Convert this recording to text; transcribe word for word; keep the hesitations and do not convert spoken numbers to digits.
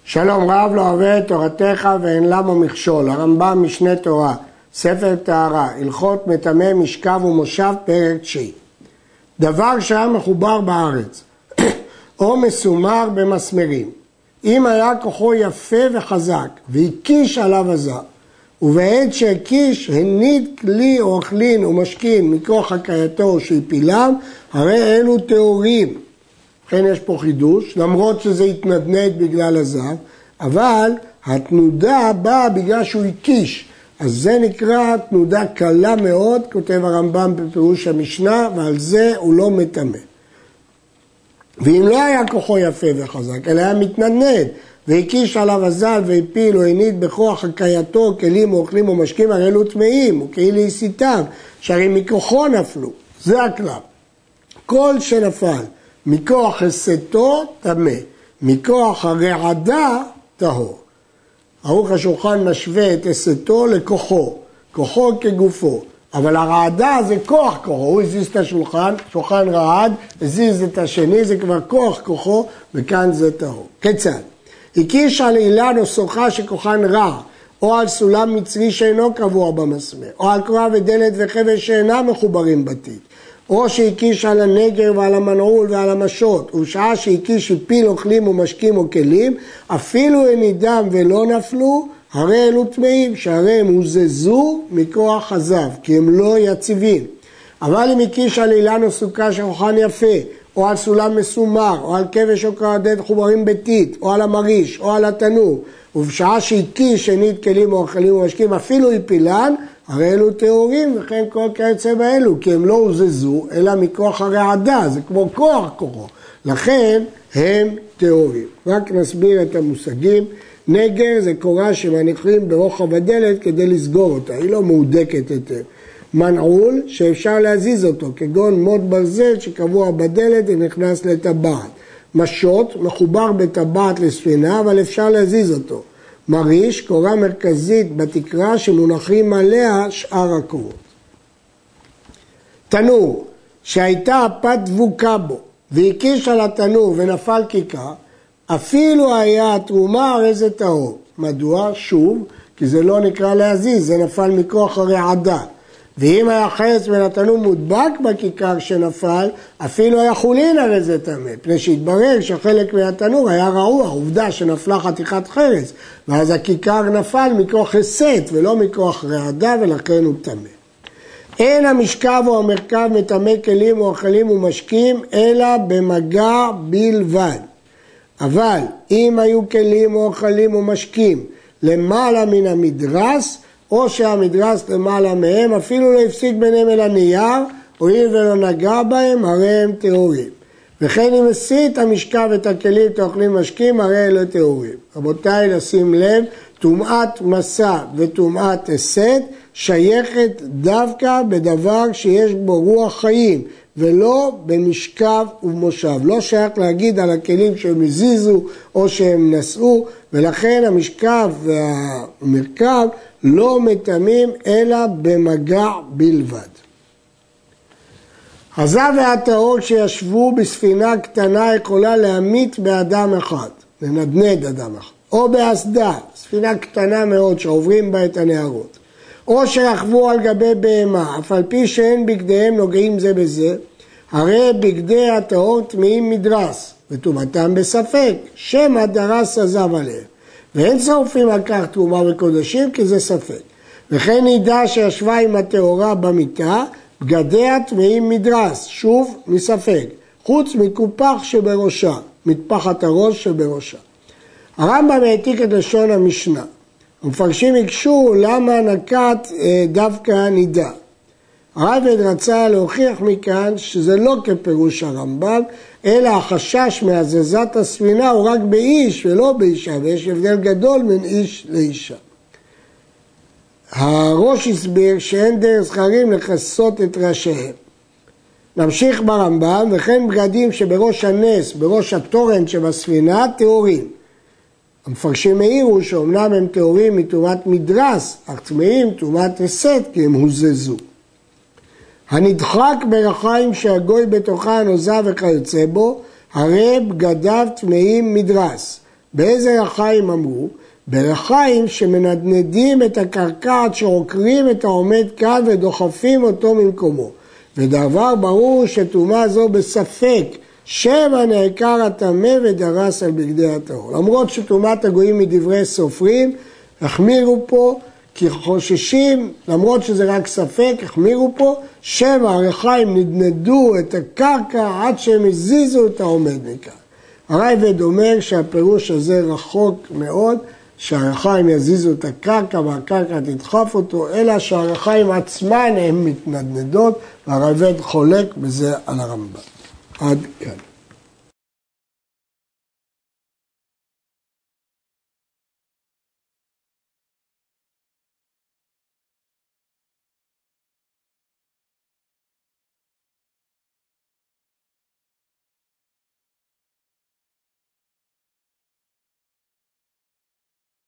שלום רב לא אוהב את תורתך ואין למה מכשול. הרמב"ם משנה תורה, ספר טהרה, הלכות מטמא משכב ומושב, פרק תשיעי. דבר שהיה מחובר בארץ או מסומר במסמרים, אם היה כוחו יפה וחזק והקיש עליו עזה, ובעת שהקיש הניד כלי או אוכלין ומשכין מכוח הקייתו שהפילם, הרי אלו טהורים. לכן יש פה חידוש, למרות שזה התנדנד בגלל הזהב, אבל התנודה באה בגלל שהוא הקיש, אז זה נקרא תנודה קלה מאוד, כותב הרמב"ם בפירוש המשנה, ועל זה הוא לא מטמא. ואם לא היה כוחו יפה וחזק, אלא היה מתנדנד, והקיש עליו הזל והפיל או הניד בכוח הקייתו, כלים או אוכלים או משקים, הרי אלו טמאים, וכאילו הסיתם, שהרי מכוחו נפלו, זה הכלל. כל שנפל מכוח הסתו טמא, מכוח הרעדה טהור. ערוך השולחן משווה את הסתו לכוחו, כוחו כגופו, אבל הרעדה זה כוח כוחו, הוא הזיז את השולחן, שולחן רעד, הזיז את השני, זה כבר כוח כוחו, וכאן זה טהור. כיצד? הקיש על אילן או סוכה שכוחן רע, או על סולם מצרי שאינו קבוע במסמר, או על קרוע ודלת וחבל שאינם מחוברים בתית, או שהקיש על הנגר ועל המנעול ועל המשות, ובשעה שהקיש הפיל אוכלים ומשקים או כלים, אפילו הנידם ולא נפלו, הרי אלו טמאים, שהרי הם הוזזו מכוח הזב, כי הם לא יציבים. אבל אם הקיש על אילן או סוכה שכוחן יפה, או על סולם מסומר, או על כבש או קרדד חוברים בתית, או על המריש, או על התנור, ובשעה שהקיש הניד כלים או אוכלים ומשקים, אפילו הפילן, הרי אלו טהורים, וכן כל כיוצא באלו, כי הם לא הוזזו, אלא מכוח הרעדה, זה כמו כוח כוחו. לכן הם טהורים. רק נסביר את המושגים. נגר זה קורה שמניחים ברוחב הדלת כדי לסגור אותה, היא לא מהודקת יותר. מנעול שאפשר להזיז אותו, כגון מוט ברזל שקבוע בדלת ונכנס לטבעת. משות מחובר בטבעת לספינה, אבל אפשר להזיז אותו. מריש, קורה מרכזית בתקרה שמונחים עליה שאר הקורות. תנור, שהייתה הפת דבוקה בו, והקיש על התנור ונפל כיכר, אפילו היה התרומה הרי זה טהור. מדוע? שוב, כי זה לא נקרא להזיז, זה נפל מכוח הרעדה. ואם היה חץ בין התנור מודבק בכיכר שנפל, אפילו היה חולין הרי זה טמא, פני שהתברר שחלק מהתנור היה רעוע, עובדה שנפלה חתיכת חרס, ואז הכיכר נפל מכוח הסת ולא מכוח רעדה, ולכן הוא טמא. אין המשכב או המרכב מטמא כלים או אוכלים ומשקים, אלא במגע בלבד. אבל אם היו כלים או אוכלים ומשקים למעלה מן המדרס, או שהמדרס למעלה מהם, אפילו לא הפסיק ביניהם אל הנייר, הואיל ולא נגע בהם, הרי הם טהורים. וכן אם הסית המשכב את הכלים תאכלים משקים, הרי אלה טהורים. רבותיי, לשים לב, טומאת מסע וטומאת הסת שייכת דווקא בדבר שיש בו רוח חיים, ולא במשכב ובמושב. לא שייך להגיד על הכלים שהם הזיזו או שהם נשאו, ולכן המשכב והמרכב לא מטמאים אלא במגע בלבד. הזב והטהור שישבו בספינה קטנה יכולה להמית באדם אחד, לנדנד אדם אחד, או באסדה, ספינה קטנה מאוד שעוברים בה את הנהרות, או שרכבו על גבי בהמה, אף על פי שאין בגדיהם נוגעים זה בזה, הרי בגדי הטהור טמאים מדרס, וטומאתם בספק, שמא דרס הזב עליהם. ואין שורפים על כך תרומה וקודשים כי זה ספק. וכן ידע שישבה עם הטהורה במיטה, בגדיה טמאים מדרס, שוב מספק, חוץ מקופח שבראשה, מטפחת הראש שבראשה. הרמב"ם העתיק את לשון המשנה. המפרשים הקשו למה נקט דווקא נידה. הרייבד רצה להוכיח מכאן שזה לא כפירוש הרמב"ם, אלא החשש מהזזת הספינה הוא רק באיש ולא באישה, ויש הבדל גדול בין איש לאישה. הראש הסביר שאין דרך זכרים לכסות את ראשיהם. נמשיך ברמב"ם, וכן בגדים שבראש הנס, בראש התורן שבספינה, טהורים. המפרשים העירו שאומנם הם טהורים מטומאת מדרס, אך טמאים טומאת הסת כי הם הוזזו. הנדחק ברחיים שהגוי בתוכה נוזה וכיוצא בו, הרי בגדיו טמאים מדרס. באיזה רחיים אמרו? ברחיים שמנדנדים את הקרקע עד שעוקרים את העומד כאן ודוחפים אותו ממקומו. ודבר ברור שטומאה זו בספק, שמא נעקר הטמא ודרס על בגדי הטהור. למרות שטומאת הגויים מדברי סופרים, החמירו פה, כי חוששים, למרות שזה רק ספק, החמירו פה, שמא הרחיים נדנדו את הקרקע עד שהם הזיזו את העומד מכאן. הרייבד אומר שהפירוש הזה רחוק מאוד, שהרחיים יזיזו את הקרקע והקרקע תדחף אותו, אלא שהרחיים עצמן הן מתנדנדות, והרייבד חולק בזה על הרמב"ם. עד כאן.